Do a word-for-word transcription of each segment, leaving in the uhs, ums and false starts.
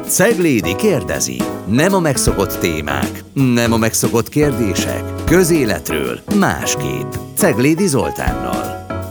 Ceglédi kérdezi. Nem a megszokott témák, nem a megszokott kérdések. Közéletről másképp. Ceglédi Zoltánnal.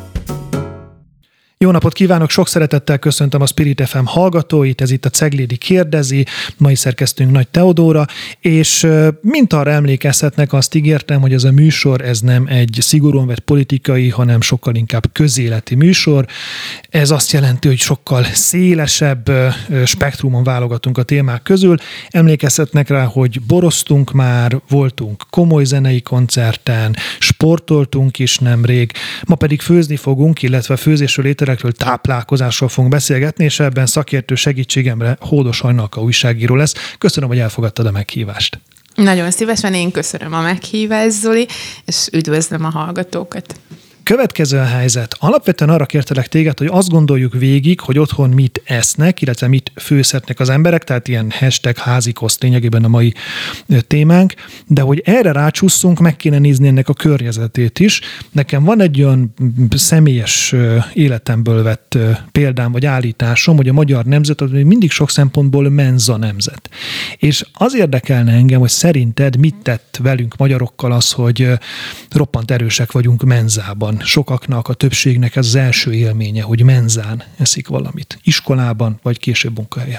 Jó napot kívánok, sok szeretettel köszöntöm a Spirit ef em hallgatóit, ez itt a Ceglédi kérdezi, mai szerkesztőnk Nagy Teodóra, és mint arra emlékezhetnek, azt ígértem, hogy ez a műsor, ez nem egy szigorúan vett politikai, hanem sokkal inkább közéleti műsor. Ez azt jelenti, hogy sokkal szélesebb spektrumon válogatunk a témák közül. Emlékezhetnek rá, hogy boroztunk már, voltunk komoly zenei koncerten, sportoltunk is nemrég, ma pedig főzni fogunk, illetve főzésről, ételekről, táplálkozásról fogunk beszélgetni, és ebben szakértő segítségemre Hódos Hajnalka újságíró lesz. Köszönöm, hogy elfogadtad a meghívást. Nagyon szívesen, én köszönöm a meghívást, Zoli, és üdvözlöm a hallgatókat. Következő a helyzet. Alapvetően arra kértelek téged, hogy azt gondoljuk végig, hogy otthon mit esznek, illetve mit főzhetnek az emberek, tehát ilyen hashtag házikoszt lényegében a mai témánk, de hogy erre rácsúszunk, meg kéne nézni ennek a környezetét is. Nekem van egy olyan személyes életemből vett példám, vagy állításom, hogy a magyar nemzet az mindig sok szempontból menza nemzet. És az érdekelne engem, hogy szerinted mit tett velünk magyarokkal az, hogy roppant erősek vagyunk menzában. Sokaknak, a többségnek ez az első élménye, hogy menzán eszik valamit. Iskolában, vagy később munkahelyen.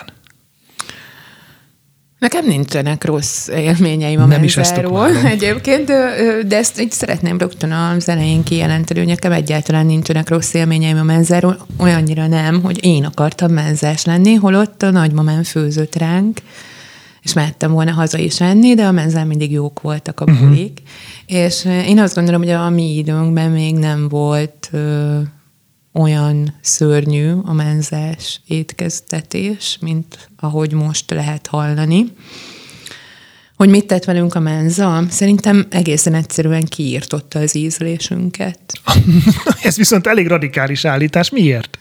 Nekem nincsenek rossz élményeim a Nem menzáról egyébként, de ezt így szeretném rögtön az elején kijelenteni, hogy nekem egyáltalán nincsenek rossz élményeim a menzáról, olyannyira nem, hogy én akartam menzás lenni, holott a nagymamám főzött ránk, és mehettem volna haza is enni, de a menzán mindig jók voltak a bulik. Uh-huh. És én azt gondolom, hogy a mi időnkben még nem volt ö, olyan szörnyű a menzás étkeztetés, mint ahogy most lehet hallani. Hogy mit tett velünk a menza? Szerintem egészen egyszerűen kiírtotta az ízlésünket. Ez viszont elég radikális állítás. Miért?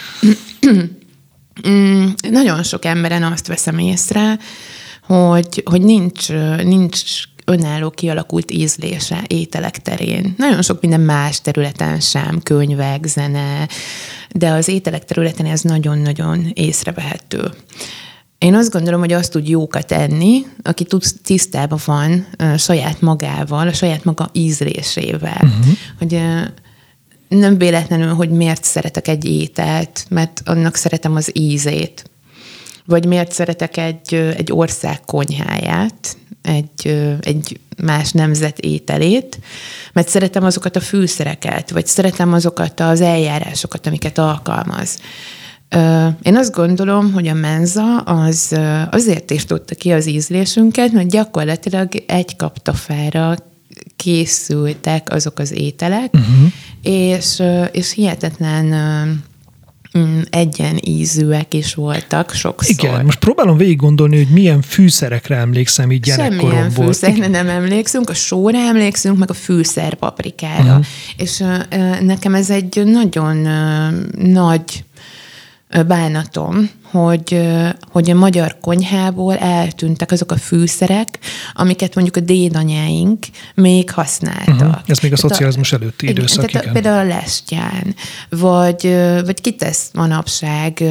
mm, nagyon sok emberen azt veszem észre, hogy, hogy nincs, nincs önálló kialakult ízlése ételek terén. Nagyon sok minden más területen sem, könyvek, zene, de az ételek területen ez nagyon-nagyon észrevehető. Én azt gondolom, hogy azt tud jókat enni, aki tud tisztában van a saját magával, a saját maga ízlésével. Uh-huh. Hogy nem véletlenül, hogy miért szeretek egy ételt, mert annak szeretem az ízét. Vagy miért szeretek egy, egy ország konyháját, egy, egy más nemzet ételét, mert szeretem azokat a fűszereket, vagy szeretem azokat az eljárásokat, amiket alkalmaz. Én azt gondolom, hogy a menza az azért is tudta ki az ízlésünket, mert gyakorlatilag egy kaptafára készültek azok az ételek, uh-huh. és, és hihetetlen egyen ízűek is voltak sokszor. Igen, most próbálom végig gondolni, hogy milyen fűszerekre emlékszem így gyerekkoromból. Semmilyen fűszerre nem emlékszünk, a sóra emlékszünk, meg a fűszerpaprikára. Uh-huh. És uh, nekem ez egy nagyon uh, nagy bánatom, hogy, hogy a magyar konyhából eltűntek azok a fűszerek, amiket mondjuk a dédanyáink még használtak. Uh-huh. Ez még a szocializmus előtti igen, időszak, tehát igen. Például a lestján, vagy, vagy kitesz manapság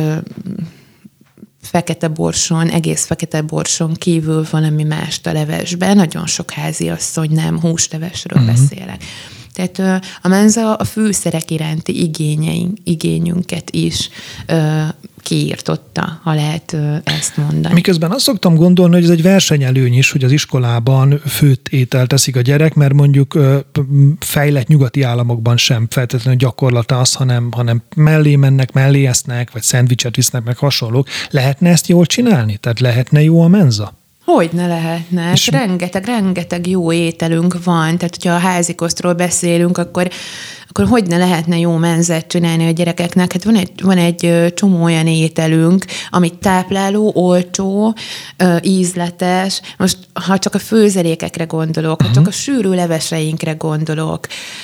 fekete borson, egész fekete borson kívül valami mást a levesben. Nagyon sok háziasszony nem húslevesről uh-huh. beszélek. Tehát a menza a fűszerek iránti igényeink, igényünket is ö, kiírtotta, ha lehet ö, ezt mondani. Miközben azt szoktam gondolni, hogy ez egy versenyelőny is, hogy az iskolában főtt ételt teszik a gyerek, mert mondjuk ö, fejlett nyugati államokban sem feltétlenül gyakorlata az, hanem, hanem mellé mennek, mellé esznek, vagy szendvicset visznek, meg hasonlók. Lehetne ezt jól csinálni? Tehát lehetne jó a menza? Hogy ne lehetne? És rengeteg, rengeteg jó ételünk van. Tehát, hogyha a házikosztról beszélünk, akkor, akkor hogy ne lehetne jó menzát csinálni a gyerekeknek? Hát van egy, van egy csomó olyan ételünk, amit tápláló, olcsó, ízletes. Most, ha csak a főzelékekre gondolok, uh-huh. ha csak a sűrű leveseinkre gondolok,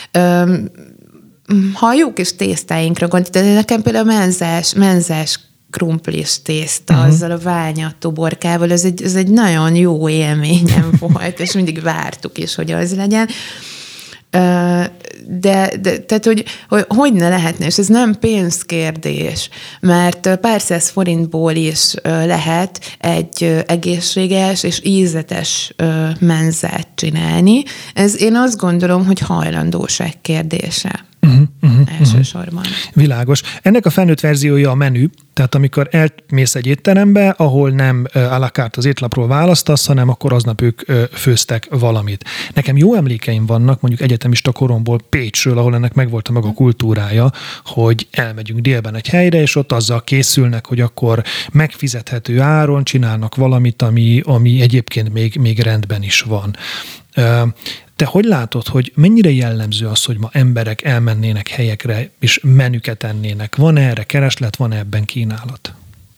ha a jó kis tésztáinkra gondolok, de nekem például a menzás, menzás krumplis tészta, uh-huh. azzal a ványat toborkával, ez egy, ez egy nagyon jó élményem volt, és mindig vártuk is, hogy az legyen. de, de tehát, hogy, hogy hogy ne lehetne, és ez nem pénzkérdés, mert pár száz forintból is lehet egy egészséges és ízletes menzát csinálni. Ez én azt gondolom, hogy hajlandóság kérdése. Uh-huh, uh-huh, elsősorban. Uh-huh. Világos. Ennek a felnőtt verziója a menü, tehát amikor elmész egy étterembe, ahol nem à la carte az étlapról választasz, hanem akkor aznap ők főztek valamit. Nekem jó emlékeim vannak, mondjuk egyetemista koromból Pécsről, ahol ennek megvolt a maga kultúrája, hogy elmegyünk délben egy helyre, és ott azzal készülnek, hogy akkor megfizethető áron csinálnak valamit, ami, ami egyébként még, még rendben is van. Te hogy látod, hogy mennyire jellemző az, hogy ma emberek elmennének helyekre, és menüket ennének? Van erre kereslet, van ebben kínálat?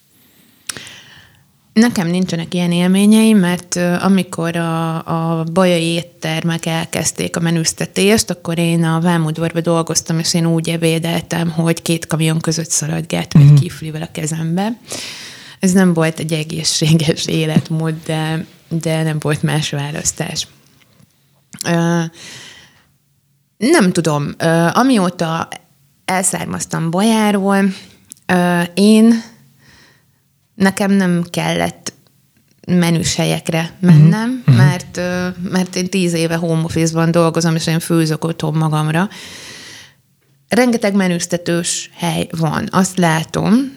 Nekem nincsenek ilyen élményeim, mert amikor a, a bajai éttermek elkezdték a menüztetést, akkor én a vámudvarban dolgoztam, és én úgy ebédeltem, hogy két kamion között szaladgáltam mm. egy kiflivel a kezembe. Ez nem volt egy egészséges életmód, de, de nem volt más választás. Uh, nem tudom, uh, amióta elszármaztam Bajáról, uh, én nekem nem kellett menüs helyekre mennem, uh-huh. mert, uh, mert én tíz éve home office-ban dolgozom, és én főzök otthon magamra. Rengeteg menüztetős hely van, azt látom,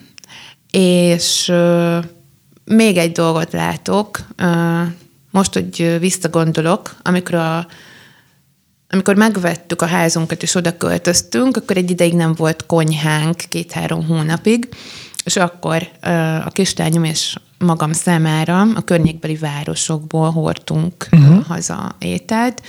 és uh, még egy dolgot látok, uh, most, hogy visszagondolok, amikor, a, amikor megvettük a házunkat és oda költöztünk, akkor egy ideig nem volt konyhánk két-három hónapig, és akkor a kislányom és magam számára a környékbeli városokból hordtunk uh-huh. haza ételt.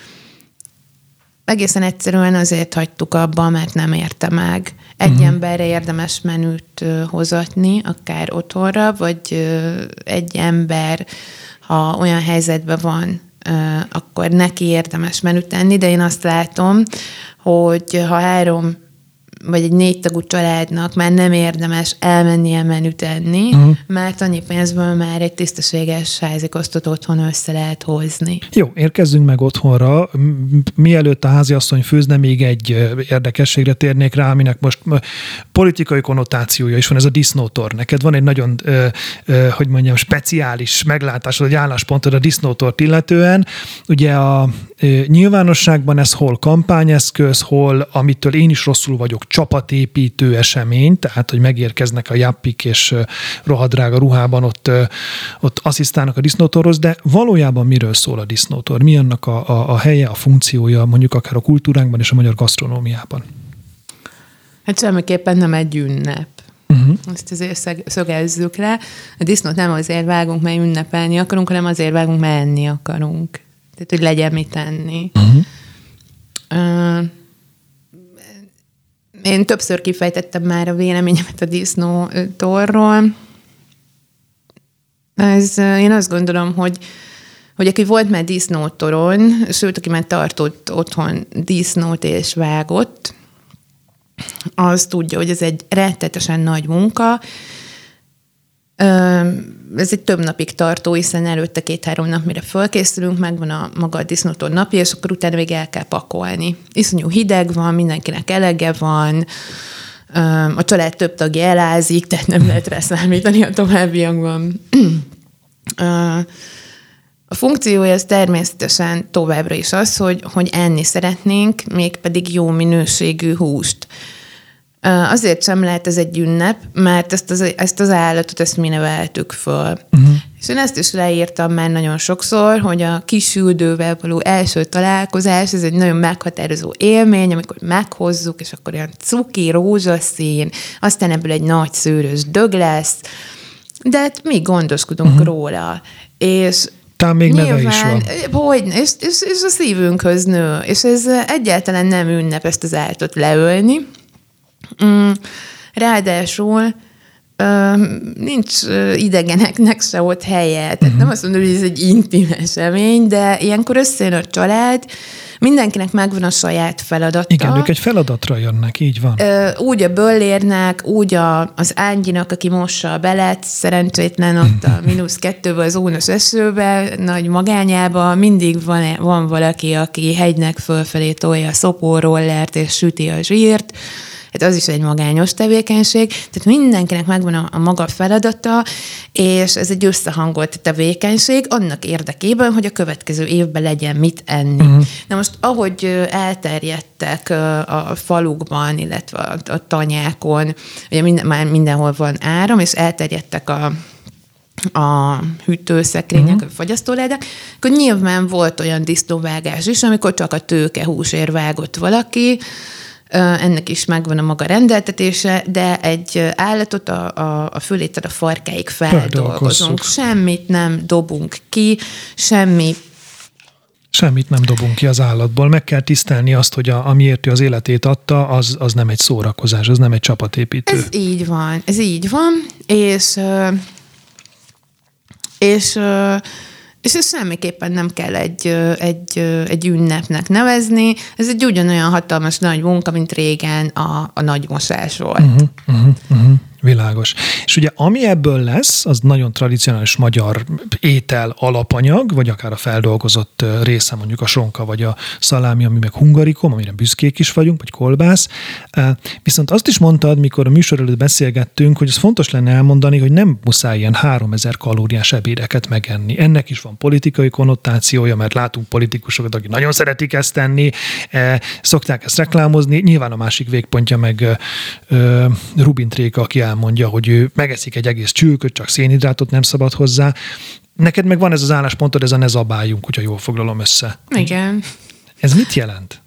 Egészen egyszerűen azért hagytuk abba, mert nem érte meg. Egy uh-huh. emberre érdemes menüt hozatni, akár otthonra, vagy egy ember, ha olyan helyzetben van, akkor neki érdemes menüt enni, de én azt látom, hogy ha három vagy egy négy tagú családnak már nem érdemes elmennie menüt enni, uh-huh. mert annyi pénzből már egy tisztességes házikosztot otthon össze lehet hozni. Jó, érkezzünk meg otthonra. Mielőtt a háziasszony főzne, még egy érdekességre térnék rá, aminek most politikai konnotációja is van, ez a disznótor. Neked van egy nagyon, hogy mondjam, speciális meglátásod, egy álláspontod a disznótort illetően. Ugye a nyilvánosságban ez hol kampányeszköz, hol, amitől én is rosszul vagyok, csapatépítő esemény, tehát, hogy megérkeznek a jappik, és rohadrága ruhában ott, ott asszisztálnak a disznótorhoz, de valójában miről szól a disznótor? Mi annak a, a, a helye, a funkciója, mondjuk akár a kultúránkban és a magyar gasztronómiában? Hát semmiképpen nem egy ünnep. Uh-huh. Ezt azért szögezzük le. A disznót nem azért vágunk, mert ünnepelni akarunk, hanem azért vágunk, mert enni akarunk. Tehát, hogy legyen mit enni. Uh-huh. Uh, Én többször kifejtettem már a véleményemet a disznótorról. Ez, én azt gondolom, hogy, hogy aki volt már disznótoron, sőt, aki már tartott otthon disznót és vágott, az tudja, hogy ez egy rettetesen nagy munka. Ez egy több napig tartó, hiszen előtte két-három nap, mire fölkészülünk, megvan a maga a disznótor napja, és akkor utána még el kell pakolni. Iszonyú hideg van, mindenkinek elege van, a család több tagja elázik, tehát nem lehet rá számítani a továbbiakban. A funkciója az természetesen továbbra is az, hogy, hogy enni szeretnénk, mégpedig jó minőségű húst. Azért sem lehet ez egy ünnep, mert ezt az, ezt az állatot, ezt mi neveltük föl. Uh-huh. És én ezt is leírtam már nagyon sokszor, hogy a kis üldővel való első találkozás, ez egy nagyon meghatározó élmény, amikor meghozzuk, és akkor olyan cuki, rózsaszín, aztán ebből egy nagy szőrös dög lesz, de hát mi gondoskodunk uh-huh. róla. És talán még neve is van. Hogy, és, és, és a szívünkhöz nő. És ez egyáltalán nem ünnep ezt az állatot leölni. Ráadásul nincs idegeneknek se ott helye. Tehát uh-huh. nem azt mondom, hogy ez egy intim esemény, de ilyenkor összejön a család, mindenkinek megvan a saját feladata. Igen, ők egy feladatra jönnek, így van. Ö, úgy a Böllérnek, úgy a, az Ángyinak, aki mossa a belet, szerencsétlen ott a mínusz kettőben, az ónos esőbe, nagy magányába, mindig van, van valaki, aki hegynek fölfelé tolja a szopórollert és süti a zsírt. Hát az is egy magányos tevékenység. Tehát mindenkinek megvan a, a maga feladata, és ez egy összehangolt tevékenység annak érdekében, hogy a következő évben legyen mit enni. Uh-huh. Na most, ahogy elterjedtek a falukban, illetve a, a tanyákon, ugye minden, már mindenhol van áram, és elterjedtek a a hűtőszekrények, uh-huh. a fagyasztóledek, akkor nyilván volt olyan disznóvágás is, amikor csak a tőkehúsért vágott valaki, ennek is megvan a maga rendeltetése, de egy állatot a, a, a fülétől a farkáig feldolgozunk. Semmit nem dobunk ki, semmi Semmit nem dobunk ki az állatból. Meg kell tisztelni azt, hogy a, amiért ő az életét adta, az, az nem egy szórakozás, az nem egy csapatépítő. Ez így van, ez így van, és és És ez semmiképpen nem kell egy, egy, egy ünnepnek nevezni. Ez egy ugyanolyan hatalmas nagy munka, mint régen a, a nagy mosás volt. Uh-huh, uh-huh, uh-huh. Világos. És ugye ami ebből lesz, az nagyon tradicionális magyar étel alapanyag, vagy akár a feldolgozott része, mondjuk a sonka, vagy a szalámi, ami meg hungarikum, amire büszkék is vagyunk, vagy kolbász. Viszont azt is mondtad, mikor a műsor előtt beszélgettünk, hogy ez fontos lenne elmondani, hogy nem muszáj ilyen háromezer kalóriás ebédeket megenni. Ennek is van politikai konnotációja, mert látunk politikusokat, akik nagyon szeretik ezt tenni, szokták ezt reklámozni. Nyilván a másik végpontja meg Rubin Tréka, aki elmondja, hogy ő megeszik egy egész csülköt, csak szénhidrátot nem szabad hozzá. Neked meg van ez az álláspontod, ez a ne zabáljunk, hogyha jól foglalom össze. Igen. Ez mit jelent?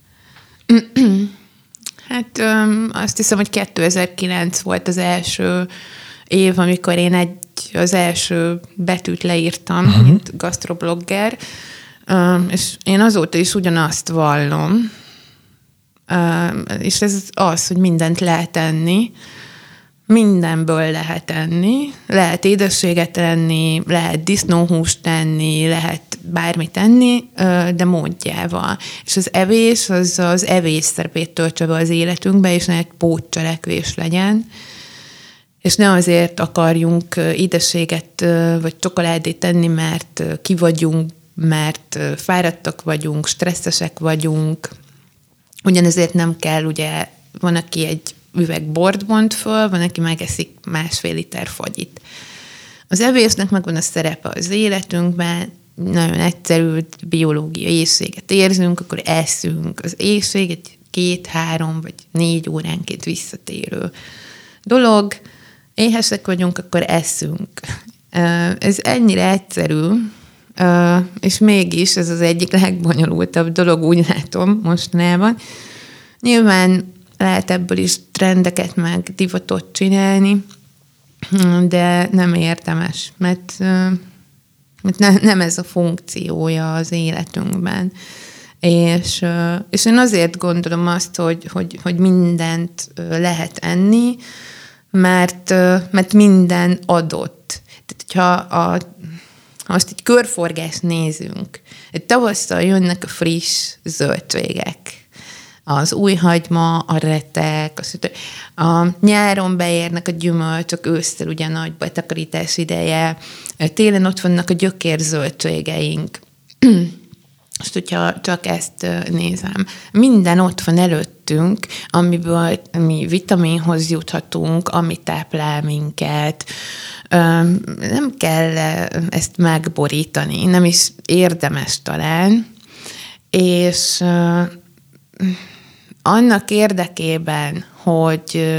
Hát öm, azt hiszem, hogy kétezer-kilenc volt az első év, amikor én egy, az első betűt leírtam, uh-huh. mint gasztroblogger, öm, és én azóta is ugyanazt vallom, öm, és ez az, hogy mindent lehet enni, mindenből lehet enni, lehet édességet enni, lehet disznóhúst enni, lehet bármit enni, de módjával. És az evés, az az evés szerepét töltse be az életünkbe, és ne egy pótcselekvés legyen. És ne azért akarjunk édességet vagy csokoládét enni, mert ki vagyunk, mert fáradtak vagyunk, stresszesek vagyunk. Ugyanezért nem kell, ugye van, aki egy üveg bort bont föl, van, aki megeszik másfél liter fagyit. Az evésnek megvan a szerepe az életünkben, nagyon egyszerű biológiai éhséget érzünk, akkor eszünk. Az éhség egy két, három vagy négy óránként visszatérő dolog. Éhesek vagyunk, akkor eszünk. Ez ennyire egyszerű, és mégis ez az egyik legbonyolultabb dolog, úgy látom mostanában. Nyilván lehet ebből is trendeket meg divatot csinálni, de nem érdemes, mert, mert ne, nem ez a funkciója az életünkben. És, és én azért gondolom azt, hogy, hogy, hogy mindent lehet enni, mert, mert minden adott. Tehát, hogyha a, ha azt egy körforgást nézünk, tavasszal jönnek a friss zöldségek, az újhagyma, a retek, a, a nyáron beérnek a gyümölcsök, ősszel ugye nagy betakarítás ideje, télen ott vannak a gyökérzöldségeink. Most, hogyha csak ezt nézem, minden ott van előttünk, amiből mi vitaminhoz juthatunk, ami táplál minket. Nem kell ezt megborítani, nem is érdemes talán, és annak érdekében, hogy,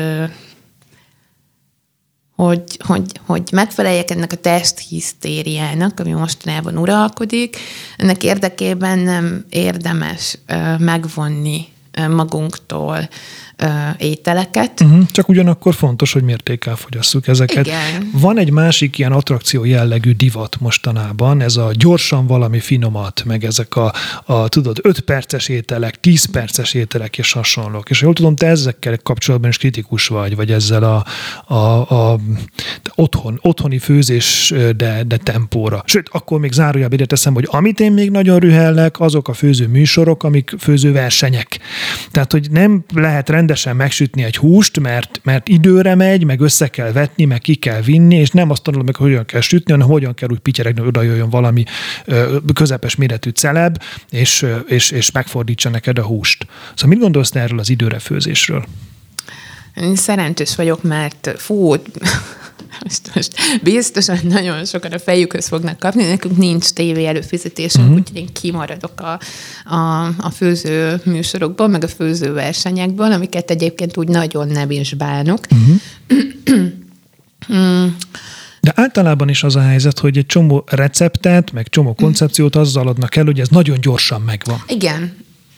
hogy, hogy, hogy megfeleljek ennek a testhisztériának, ami mostanában uralkodik, ennek érdekében nem érdemes megvonni magunktól ételeket. Uh-huh. Csak ugyanakkor fontos, hogy mértékkel fogyasszuk ezeket. Igen. Van egy másik ilyen attrakció jellegű divat mostanában, ez a gyorsan valami finomat, meg ezek a, a tudod, öt perces ételek, tíz perces ételek és hasonlók. És jól tudom, te ezekkel kapcsolatban is kritikus vagy, vagy ezzel a, a, a otthon, otthoni főzés, de, de tempóra. Sőt, akkor még zárójelbe ide teszem, hogy amit én még nagyon rühellek, azok a főző műsorok, amik főző versenyek. Tehát, hogy nem lehet rendesen megsütni egy húst, mert, mert időre megy, meg össze kell vetni, meg ki kell vinni, és nem azt tanulom meg, hogy hogyan kell sütni, hanem hogyan kell úgy pityeregni, hogy oda jöjjön valami közepes méretű celeb, és, és, és megfordítsa neked a húst. Szóval mit gondolsz te erről az időre főzésről? Én szerencsés vagyok, mert fú, most, most biztosan nagyon sokan a fejükhöz fognak kapni, nekünk nincs tévé előfizetésünk, uh-huh. úgyhogy én kimaradok a, a, a főző műsorokból, meg a főző versenyekből, amiket egyébként úgy nagyon nem is bánok. Uh-huh. hmm. De általában is az a helyzet, hogy egy csomó receptet, meg csomó koncepciót azzal adnak el, hogy ez nagyon gyorsan megvan. Igen.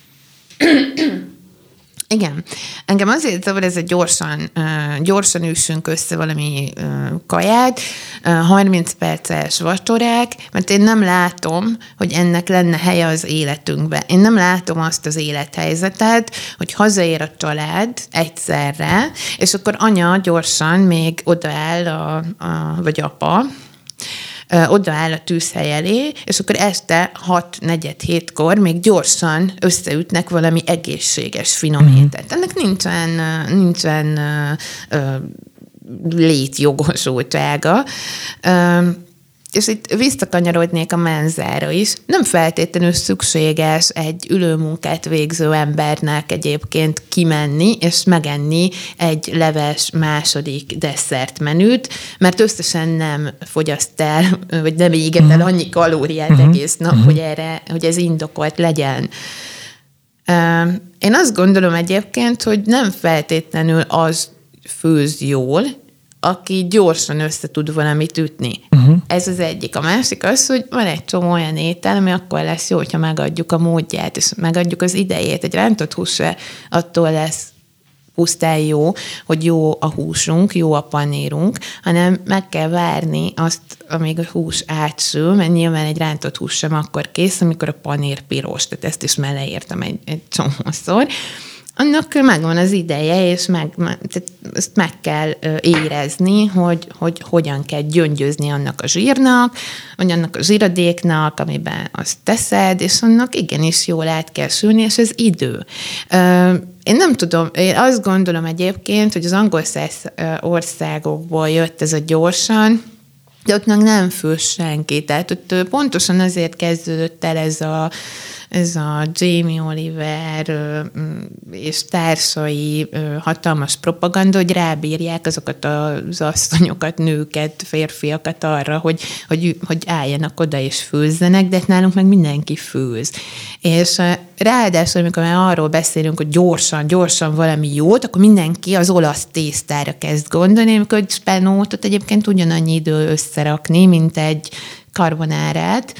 Igen. Engem azért zavar ez a gyorsan, uh, gyorsan üssünk össze valami uh, kaját, uh, harminc perces vacsorák, mert én nem látom, hogy ennek lenne helye az életünkben. Én nem látom azt az élethelyzetet, hogy hazaér a család egyszerre, és akkor anya gyorsan még odaáll, a, a, vagy apa, odaáll a tűzhely elé, és akkor este hat negyed hétkor még gyorsan összeütnek valami egészséges finom mm-hmm. ételt. Ennek nincsen, nincsen uh, létjogosultsága. Uh, és itt visszakanyarodnék a menzára is. Nem feltétlenül szükséges egy ülőmunkát végző embernek egyébként kimenni és megenni egy leves második desszertmenüt, mert összesen nem fogyaszt el, vagy nem éget el annyi kalóriát uh-huh. egész nap, uh-huh. hogy, erre, hogy ez indokolt legyen. Én azt gondolom egyébként, hogy nem feltétlenül az főz jól, aki gyorsan össze tud valamit ütni. Uh-huh. Ez az egyik. A másik az, hogy van egy csomó olyan étel, ami akkor lesz jó, hogyha megadjuk a módját, és megadjuk az idejét. Egy rántott hús se attól lesz pusztán jó, hogy jó a húsunk, jó a panírunk, hanem meg kell várni azt, amíg a hús átsül, mert nyilván egy rántott hús sem akkor kész, amikor a panír piros, tehát ezt is meleértem egy, egy csomószor. Annak megvan az ideje, és meg, tehát ezt meg kell érezni, hogy, hogy hogyan kell gyöngyözni annak a zsírnak, vagy annak a zsíradéknak, amiben azt teszed, és annak igenis jól át kell sülni, és ez idő. Én nem tudom, én azt gondolom egyébként, hogy az angol országokból jött ez a gyorsan, de ott meg nem főz senki. Tehát ott pontosan azért kezdődött el ez a ez a Jamie Oliver és társai hatalmas propaganda, hogy rábírják azokat az asszonyokat, nőket, férfiakat arra, hogy, hogy, hogy álljanak oda és főzzenek, de nálunk meg mindenki főz. És ráadásul, amikor már arról beszélünk, hogy gyorsan, gyorsan valami jót, akkor mindenki az olasz tésztára kezd gondolni, amikor egy spenótot egyébként ugyanannyi idő összerakni, mint egy carbonárát.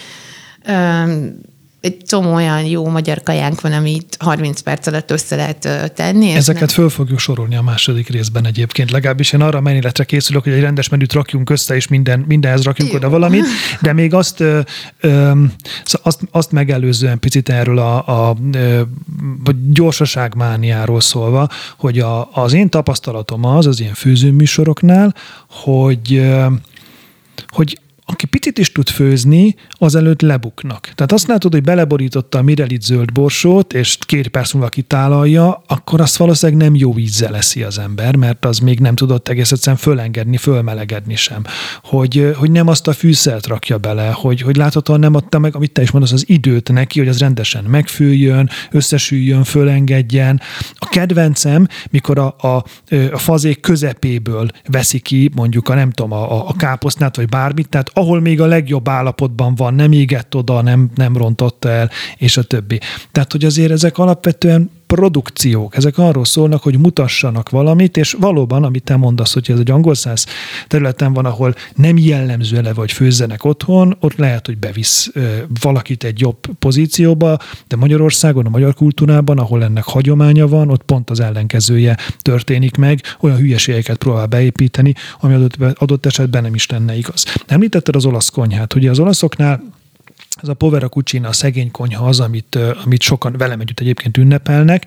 Egy csomó olyan jó magyar kajánk van, amit harminc perc alatt össze lehet tenni. Ezeket nem... föl fogjuk sorolni a második részben egyébként. Legalábbis én arra a menéletre készülök, hogy egy rendes menüt rakjunk össze, és minden, mindenhez rakjunk jó. oda valamit, de még azt, ö, ö, azt, azt megelőzően picit erről a, a, a gyorsaságmániáról szólva, hogy a, az én tapasztalatom az, az ilyen főzőműsoroknál, hogy, hogy aki picit is tud főzni, azelőtt lebuknak. Tehát azt látod, hogy beleborította a Mirelit zöld borsót, és két perc múlva kitálalja, akkor azt valószínűleg nem jó ízzel eszi az ember, mert az még nem tudott egész egyszerűen fölengedni, fölmelegedni sem. Hogy, hogy nem azt a fűszert rakja bele, hogy, hogy láthatóan nem adta meg, amit te is mondasz, az időt neki, hogy az rendesen megfőjön, összesüljön, fölengedjen. A kedvencem, mikor a, a, a fazék közepéből veszi ki, mondjuk a nem tudom, a, a káposztát, vagy bármit, tehát ahol még a legjobb állapotban van, nem égett oda, nem, nem rontott el, és a többi. Tehát, hogy azért ezek alapvetően produkciók, ezek arról szólnak, hogy mutassanak valamit, és valóban, amit te mondasz, hogy ez egy angol száz területen van, ahol nem jellemző eleve, hogy főzzenek otthon, ott lehet, hogy bevisz valakit egy jobb pozícióba, de Magyarországon, a magyar kultúrában, ahol ennek hagyománya van, ott pont az ellenkezője történik meg, olyan hülyeségeket próbál beépíteni, ami adott, adott esetben nem is lenne igaz. Említetted az olasz konyhát, ugye az olaszoknál ez a povera cucina, a szegény konyha az, amit, amit sokan velem együtt egyébként ünnepelnek,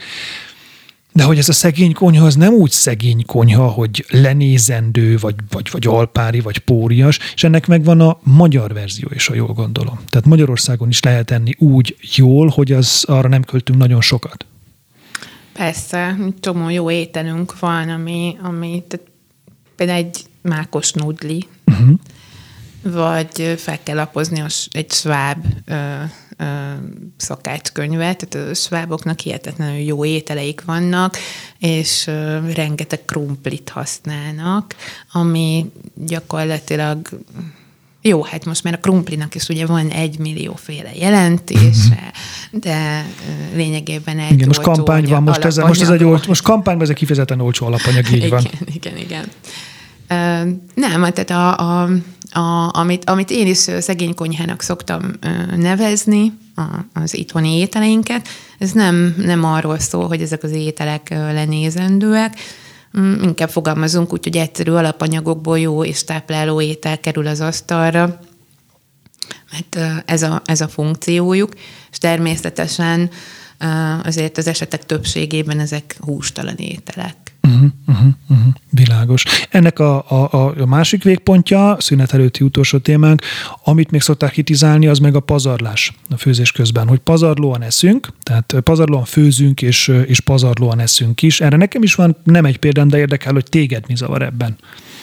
de hogy ez a szegény konyha, az nem úgy szegény konyha, hogy lenézendő, vagy, vagy, vagy alpári, vagy pórias, és ennek megvan a magyar verzió is, ha jól gondolom. Tehát Magyarországon is lehet enni úgy jól, hogy az arra nem költünk nagyon sokat. Persze, csomó jó ételünk van, ami, ami tehát például egy mákos nudli, uh-huh. vagy fel kell lapozni egy sváb ö, ö, szakácskönyvet, tehát a sváboknak hihetetlenül jó ételeik vannak, és ö, rengeteg krumplit használnak, ami gyakorlatilag jó, hát most már a krumplinak is ugye van egy millióféle jelentése, de lényegében egy igen, most kampány van, most ez, most ez egy olcsó, most kampányban ez egy kifejezetten olcsó alapanyag, így van. Igen, igen, igen. Uh, nem, tehát a, a, a, amit, amit én is szegény konyhának szoktam uh, nevezni, a, az itthoni ételeinket, ez nem, nem arról szól, hogy ezek az ételek uh, lenézendőek, um, inkább fogalmazunk úgy, hogy egyszerű alapanyagokból jó és tápláló étel kerül az asztalra, mert uh, ez, a, ez a funkciójuk, és természetesen uh, azért az esetek többségében ezek hústalan ételek. Uh-huh, uh-huh, uh-huh. Világos. Ennek a, a, a másik végpontja, szünet előtti utolsó témánk, amit még szokták kritizálni, az meg a pazarlás a főzés közben, hogy pazarlóan eszünk, tehát pazarlóan főzünk és, és pazarlóan eszünk is. Erre nekem is van nem egy példám, de érdekel, hogy téged mi zavar ebben.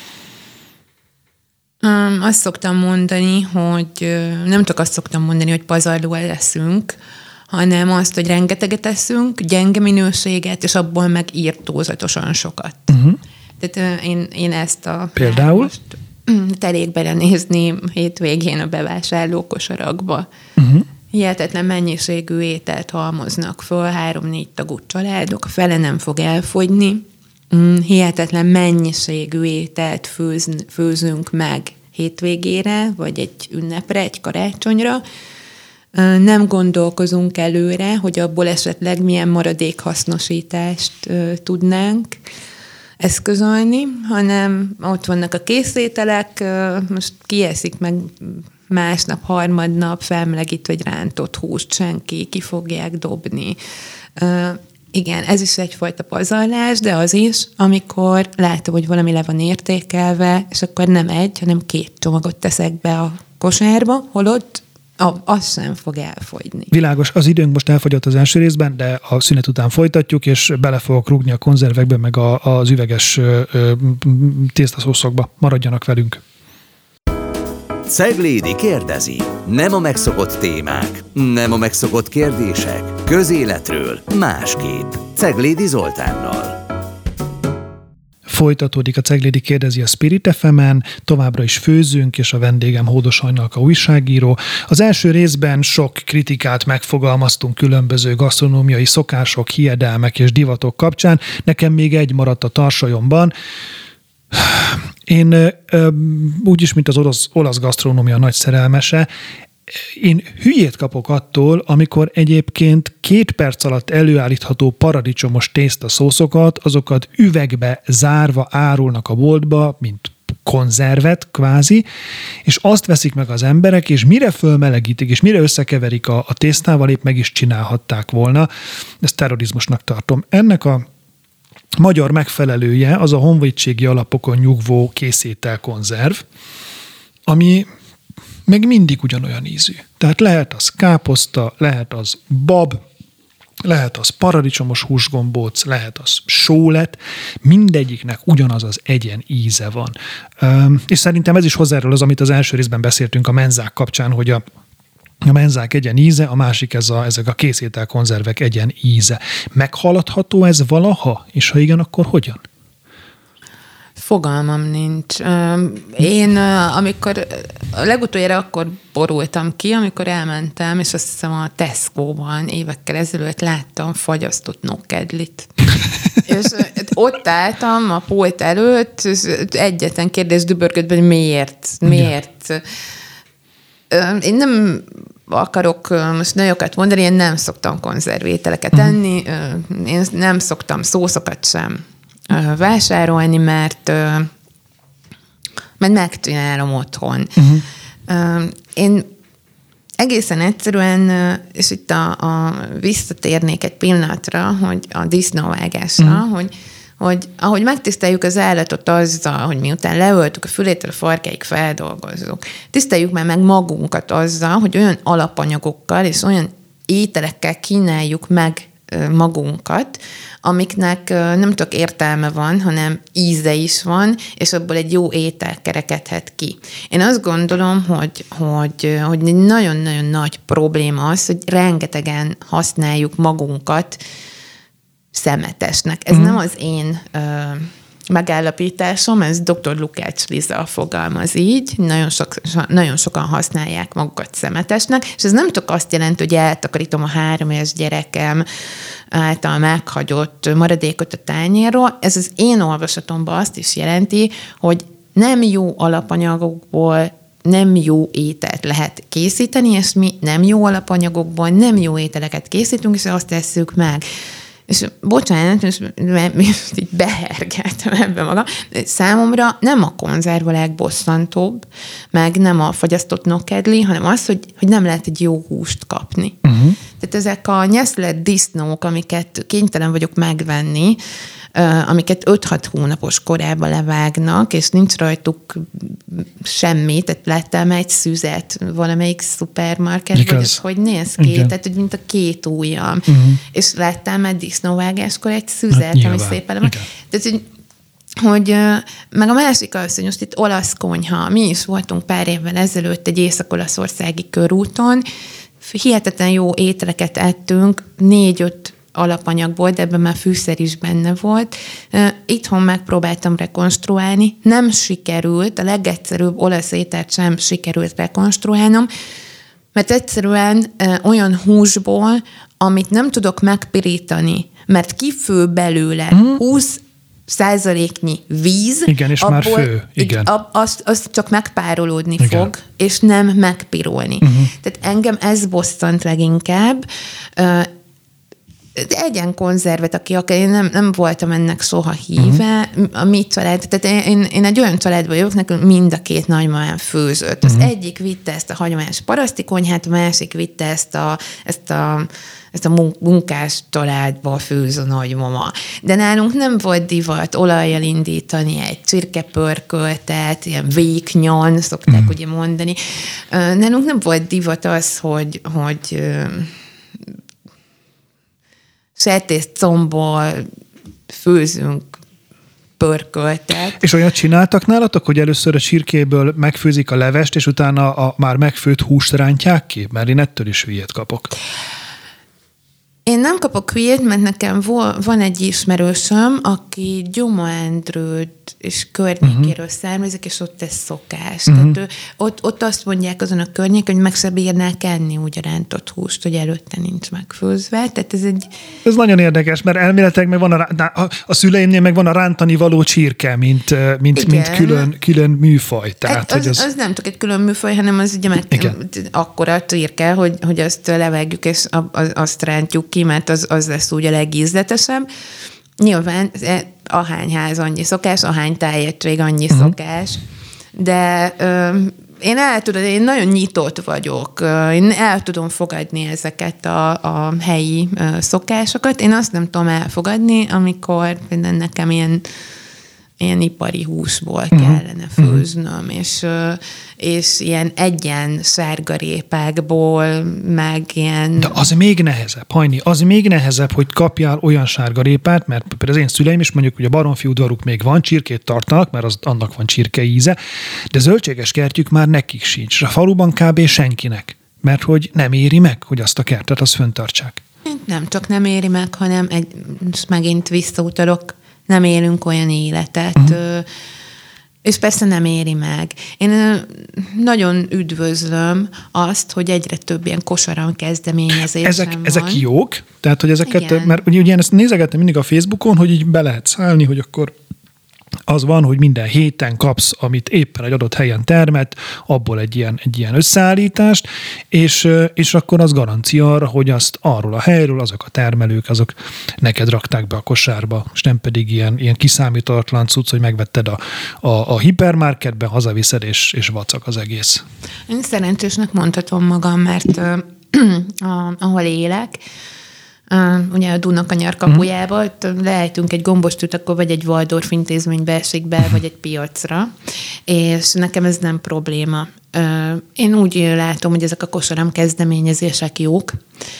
Um, azt szoktam mondani, hogy nem csak azt szoktam mondani, hogy pazarlóan leszünk, hanem azt, hogy rengeteget eszünk, gyenge minőséget, és abból meg írtózatosan sokat. Uh-huh. Tehát én, én ezt a... Például? Most elég belenézni hétvégén a bevásárlókosarakba. Uh-huh. Hihetetlen mennyiségű ételt halmoznak föl, három-négy tagú családok, fele nem fog elfogyni. Hihetetlen mennyiségű ételt főz, főzünk meg hétvégére, vagy egy ünnepre, egy karácsonyra. Nem gondolkozunk előre, hogy abból esetleg milyen maradékhasznosítást uh, tudnánk eszközölni, hanem ott vannak a készételek, uh, most kieszik meg másnap, harmadnap, felmelegít vagy rántott húst, senki, ki fogják dobni. Uh, igen, ez is egyfajta pazarlás, de az is, amikor látom, hogy valami le van értékelve, és akkor nem egy, hanem két csomagot teszek be a kosárba, holott az sem fog elfogyni. Világos, az időnk most elfogyott az első részben, de a szünet után folytatjuk, és bele fogok rúgni a konzervekbe, meg a, az üveges tésztaszószokba. Maradjanak velünk. Ceglédi kérdezi. Nem a megszokott témák, nem a megszokott kérdések. Közéletről másképp. Ceglédi Zoltánnal. Folytatódik a Ceglédi kérdezi a Spirit ef emen, továbbra is főzünk, és a vendégem Hódos Hajnalka újságíró. Az első részben sok kritikát megfogalmaztunk különböző gasztronómiai szokások, hiedelmek és divatok kapcsán. Nekem még egy maradt a tarsolyomban. Én úgyis, mint az olasz, olasz gasztronómia nagy szerelmese, én hülyét kapok attól, amikor egyébként két perc alatt előállítható paradicsomos tésztaszószokat, azokat üvegbe zárva árulnak a boltba, mint konzervet kvázi, és azt veszik meg az emberek, és mire fölmelegítik, és mire összekeverik a, a tésztával, épp meg is csinálhatták volna. Ezt terrorizmusnak tartom. Ennek a magyar megfelelője az a honvédségi alapokon nyugvó készételkonzerv, ami meg mindig ugyanolyan ízű. Tehát lehet az káposzta, lehet az bab, lehet az paradicsomos húsgombóc, lehet az sólet, mindegyiknek ugyanaz az egyen íze van. És szerintem ez is hozzájárul az, amit az első részben beszéltünk a menzák kapcsán, hogy a A menzák egyen íze, a másik ez a, ezek a készételkonzervek egyen íze. Meghaladható ez valaha? És ha igen, akkor hogyan? Fogalmam nincs. Én amikor legutoljára akkor borultam ki, amikor elmentem, és azt hiszem a Tesco-ban évekkel ezelőtt láttam fagyasztott nokkedlit. És ott álltam a pult előtt, és egyetlen kérdés dübörgött, hogy miért? Miért? Én nem akarok most nagyokat mondani, én nem szoktam konzervételeket enni, én nem szoktam szószokat sem vásárolni, mert, mert megcsinálom otthon. Uh-huh. Én egészen egyszerűen, és itt a, a visszatérnék egy pillanatra, hogy a disznóvágásra, uh-huh. hogy, hogy ahogy megtiszteljük az állatot azzal, hogy miután leöltük a fülétől a farkáig, feldolgozzuk, tiszteljük már meg magunkat azzal, hogy olyan alapanyagokkal és olyan ételekkel kínáljuk meg magunkat, amiknek nem csak értelme van, hanem íze is van, és abból egy jó étel kerekedhet ki. Én azt gondolom, hogy, hogy, hogy egy nagyon-nagyon nagy probléma az, hogy rengetegen használjuk magunkat szemetesnek. Ez mm. nem az én ö, megállapításom, ez doktor Lukács Liza fogalmaz így, nagyon, sok, nagyon sokan használják magukat szemetesnek, és ez nem csak azt jelenti, hogy eltakarítom a három éves gyerekem által meghagyott maradékot a tányérról, ez az én olvasatomban azt is jelenti, hogy nem jó alapanyagokból nem jó ételt lehet készíteni, és mi nem jó alapanyagokból nem jó ételeket készítünk, és azt tesszük meg. És bocsánat, és így behergeltem ebbe magam. Számomra nem a konzerv a legbosszantóbb, meg nem a fagyasztott nokkedli, hanem az, hogy, hogy nem lehet egy jó húst kapni. Uh-huh. Tehát ezek a nyeszlett disznók, amiket kénytelen vagyok megvenni, amiket öt-hat hónapos korában levágnak, és nincs rajtuk semmi, tehát láttam egy szüzet valamelyik szupermarket, vagy az hogy néz ki, igen. Tehát hogy mint a két ujjam. Uh-huh. És láttam egy disznóvágáskor egy szüzet, hát, ami szépen... Tehát, hogy hogy meg a másik az, hogy most itt olasz konyha, mi is voltunk pár évvel ezelőtt egy észak-olaszországi körúton, hihetetlen jó ételeket ettünk, négy-öt alapanyagból, de ebben már fűszer is benne volt. Itthon megpróbáltam rekonstruálni, nem sikerült, a legegyszerűbb olasz ételt sem sikerült rekonstruálnom, mert egyszerűen olyan húsból, amit nem tudok megpirítani, mert kifő belőle mm. húsz százaléknyi víz. Igen, és abból, már fő. Igen. Az, az csak megpárolódni igen. fog, és nem megpirulni. Uh-huh. Tehát engem ez bosszant leginkább. Egyen konzervet, aki akár, én nem, nem voltam ennek soha híve, uh-huh. a mi család, tehát én, én egy olyan családban vagyok, nekünk mind a két nagymamám főzött. Uh-huh. Az egyik vitte ezt a hagyományos paraszti konyhát, a másik vitte ezt a, ezt a ezt a munkás családból főz a nagymama. De nálunk nem volt divat olajjal indítani egy csirkepörköltet, ilyen véknyan, szokták mm. ugye mondani. Nálunk nem volt divat az, hogy, hogy sertészcombból főzünk pörköltet. És olyat csináltak nálatok, hogy először a csirkéből megfőzik a levest, és utána a már megfőtt húst rántják ki? Mert én ettől is hülyét kapok. Én nem kapok hülyét, mert nekem van egy ismerősöm, aki Gyoma-Endrőd és környékéről uh-huh. származik, és ott ez szokás. Uh-huh. Tehát ő, ott, ott azt mondják azon a környéken, hogy meg se bírnák enni úgy a rántott húst, hogy előtte nincs megfőzve. Tehát ez egy... Ez nagyon érdekes, mert elméletileg meg van a, a, a szüleimnél meg van a rántani való csirke, mint, mint, mint külön, külön műfaj. Tehát, az, hogy az... az nem csak egy külön műfaj, hanem az ugye meg akkora csirke, hogy, hogy azt levágjuk, és azt rántjuk ki, mert az, az lesz úgy a legízletesebb. Nyilván ahány ház annyi szokás, ahány tájegység annyi uh-huh. szokás, de ö, én el tudom, én nagyon nyitott vagyok, én el tudom fogadni ezeket a, a helyi ö, szokásokat. Én azt nem tudom elfogadni, amikor például nekem ilyen ilyen ipari húsból uh-huh. kellene főznöm, uh-huh. és, és ilyen egyen sárgarépákból, meg ilyen... De az még nehezebb, Hajni, az még nehezebb, hogy kapjál olyan sárgarépát, mert például az én szüleim is mondjuk, hogy a baromfi udvaruk még van, csirkét tartanak, mert az, annak van csirke íze, de zöldséges kertjük már nekik sincs. A faluban kb. Senkinek, mert hogy nem éri meg, hogy azt a kertet azt föntartsák. Nem csak nem éri meg, hanem egy, megint visszautalok, nem élünk olyan életet, uh-huh. És persze nem éri meg. Én nagyon üdvözlöm azt, hogy egyre több ilyen kosaran kezdeményezésem ezek, van. Ezek jók? Tehát, hogy ezeket, Igen. mert ugye, ugye ezt nézegettem mindig a Facebookon, hogy így be lehet szállni, hogy akkor az van, hogy minden héten kapsz, amit éppen egy adott helyen termet, abból egy ilyen, egy ilyen összeállítást, és, és akkor az garancia arra, hogy azt arról a helyről azok a termelők, azok neked rakták be a kosárba, és nem pedig ilyen, ilyen kiszámítatlan cucc, hogy megvetted a, a, a hipermarketben, hazaviszed, és, és vacak az egész. Én szerencsésnek mondhatom magam, mert uh, a, ahol élek, Uh, ugye a Dunakanyar kapujába, uh-huh. lejtünk egy gombostút, akkor vagy egy Waldorf intézménybe esik be, uh-huh. vagy egy piacra, és nekem ez nem probléma. Uh, én úgy látom, hogy ezek a kosaram kezdeményezések jók.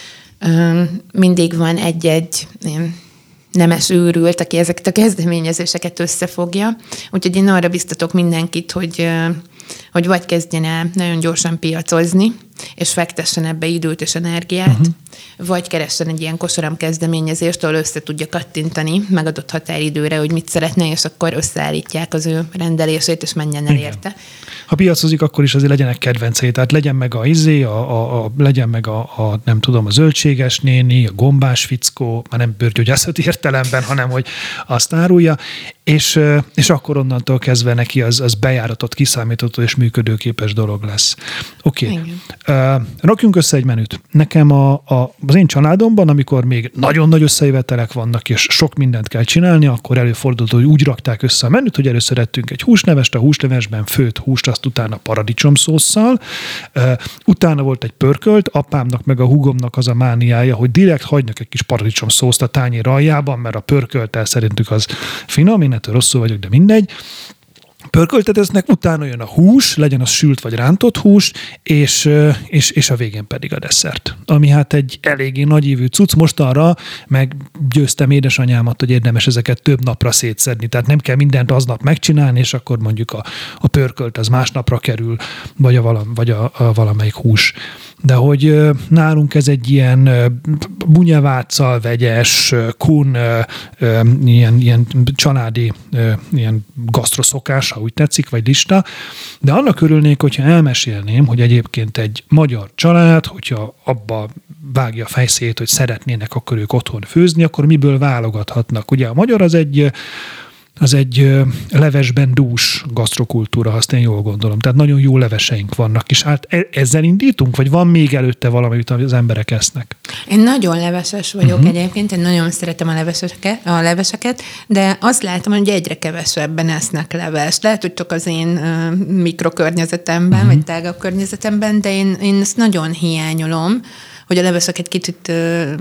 Uh, mindig van egy-egy ilyen nemes őrült, aki ezeket a kezdeményezéseket összefogja. Úgyhogy én arra biztatok mindenkit, hogy, hogy vagy kezdjen el nagyon gyorsan piacozni, és fektessen ebbe időt és energiát, uh-huh. vagy keressen egy ilyen kosaram kezdeményezést, ahol össze tudja kattintani megadott határidőre, hogy mit szeretne, és akkor összeállítják az ő rendelését, és menjen el érte. Ha piacozik, akkor is azért legyenek kedvencei, tehát legyen meg a izé, a, a, a, legyen meg a, a, nem tudom, a zöldséges néni, a gombás fickó, már nem bőrgyógyászati értelemben, hanem hogy azt árulja, és, és akkor onnantól kezdve neki az, az bejáratott, kiszámítható és működőképes dolog lesz. Oké. Okay. Uh, rakjunk össze egy menüt. Nekem a, a, az én családomban, amikor még nagyon nagy összejövetelek vannak, és sok mindent kell csinálni, akkor előfordult, hogy úgy rakták össze a menüt, hogy először ettünk egy húsnevest, a húslevesben főtt húst, azt utána paradicsomszósszal, uh, utána volt egy pörkölt, apámnak meg a húgomnak az a mániája, hogy direkt hagynak egy kis paradicsomszószt a tányér aljában, mert a pörkölttel szerintük az finom, én ettől rosszul vagyok, de mindegy. Pörkölteteznek, utána jön a hús, legyen az sült vagy rántott hús, és, és, és a végén pedig a desszert. Ami hát egy eléggé nagyívű cucc. Mostanra meggyőztem édesanyámat, hogy érdemes ezeket több napra szétszedni. Tehát nem kell mindent aznap megcsinálni, és akkor mondjuk a, a pörkölt az másnapra kerül, vagy a, vala, vagy a, a valamelyik hús. De hogy nálunk ez egy ilyen bunyaváccal vegyes, kun, ilyen, ilyen családi ilyen gasztroszokás, ha úgy tetszik, vagy lista, de annak örülnék, hogyha elmesélném, hogy egyébként egy magyar család, hogyha abba vágja a fejszét, hogy szeretnének akkor ők otthon főzni, akkor miből válogathatnak. Ugye a magyar az egy az egy levesben dús gasztrokultúra, azt én jól gondolom. Tehát nagyon jó leveseink vannak, és hát ezzel indítunk, vagy van még előtte valami, amit az emberek esznek? Én nagyon leveses vagyok uh-huh. egyébként, én nagyon szeretem a leveseket, a leveseket, de azt látom, hogy egyre kevesebben esznek levest. Lehet, hogy csak az én uh, mikrokörnyezetemben, uh-huh. vagy tágabb környezetemben, de én, én ezt nagyon hiányolom, hogy a levesek egy kicsit uh,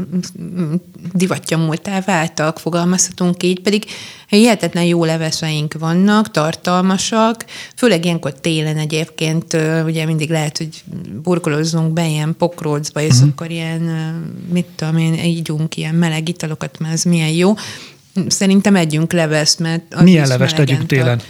divattyamultá váltak, fogalmazhatunk így, pedig hihetetlen jó leveseink vannak, tartalmasak, főleg ilyenkor télen egyébként, uh, ugye mindig lehet, hogy burkolozzunk be ilyen pokrócba, és uh-huh. akkor ilyen, uh, mit tudom én, ígyunk ilyen meleg italokat, mert ez milyen jó. Szerintem együnk levest, mert az milyen levest tegyünk télen?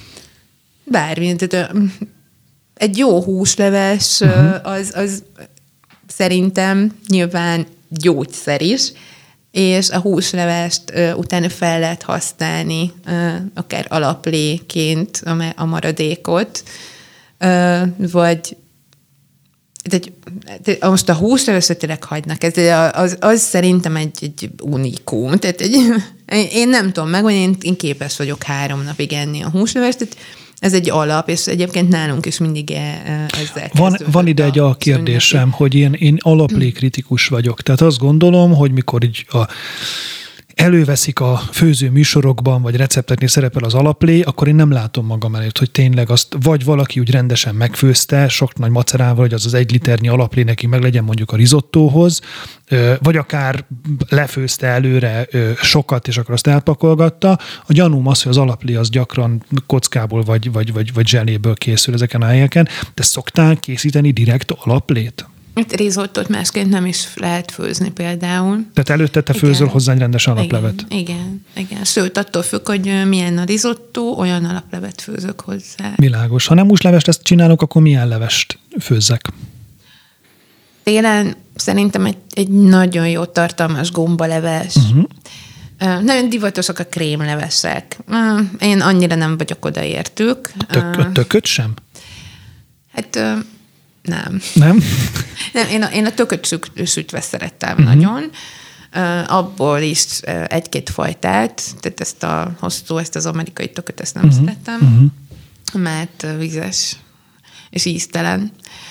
Bármi. Tehát, uh, egy jó húsleves, uh-huh. uh, az... az szerintem nyilván gyógyszer is, és a húslevest uh, utána fel lehet használni, uh, akár alapléként a, a maradékot, uh, vagy de, de most a húslevest tényleg hagynak, ez, az, az szerintem egy, egy unikum. Tehát egy, én nem tudom meg, hogy én, én képes vagyok három napig enni a húslevest, tehát ez egy alap, és egyébként nálunk is mindig ezzel Van, van ide egy a kérdésem, szünneti. Hogy én, én alaplékritikus vagyok. Tehát azt gondolom, hogy mikor így a előveszik a főző műsorokban, vagy recepteknél szerepel az alaplé, akkor én nem látom magam előtt, hogy tényleg azt vagy valaki úgy rendesen megfőzte, sok nagy macerával, hogy az az egy liternyi alaplé neki meg legyen mondjuk a risottóhoz, vagy akár lefőzte előre sokat, és akkor azt elpakolgatta. A gyanúm az, hogy az alaplé az gyakran kockából, vagy, vagy, vagy, vagy zseléből készül ezeken a helyeken. De szoktál készíteni direkt alaplét? Itt risottót másként nem is lehet főzni például. Tehát előtte te főzöl hozzá egy rendes alaplevet. Igen, igen, igen. Sőt, attól függ, hogy milyen a risottó, olyan alaplevet főzök hozzá. Világos. Ha nem húslevest ezt csinálok, akkor milyen levest főzzek? Télen szerintem egy, egy nagyon jó tartalmas gombaleves, uh-huh. Nagyon divatosak a krémlevesek. Én annyira nem vagyok odaértük. Tök, a tököt sem? Hát nem. Nem? nem én, a, én a tököt süt, sütve szerettem uh-huh. nagyon. Abból is egy-két fajtát, tehát ezt a hosszú, ezt az amerikai tököt, ezt nem uh-huh. szerettem, uh-huh. mert vizes és íztelen.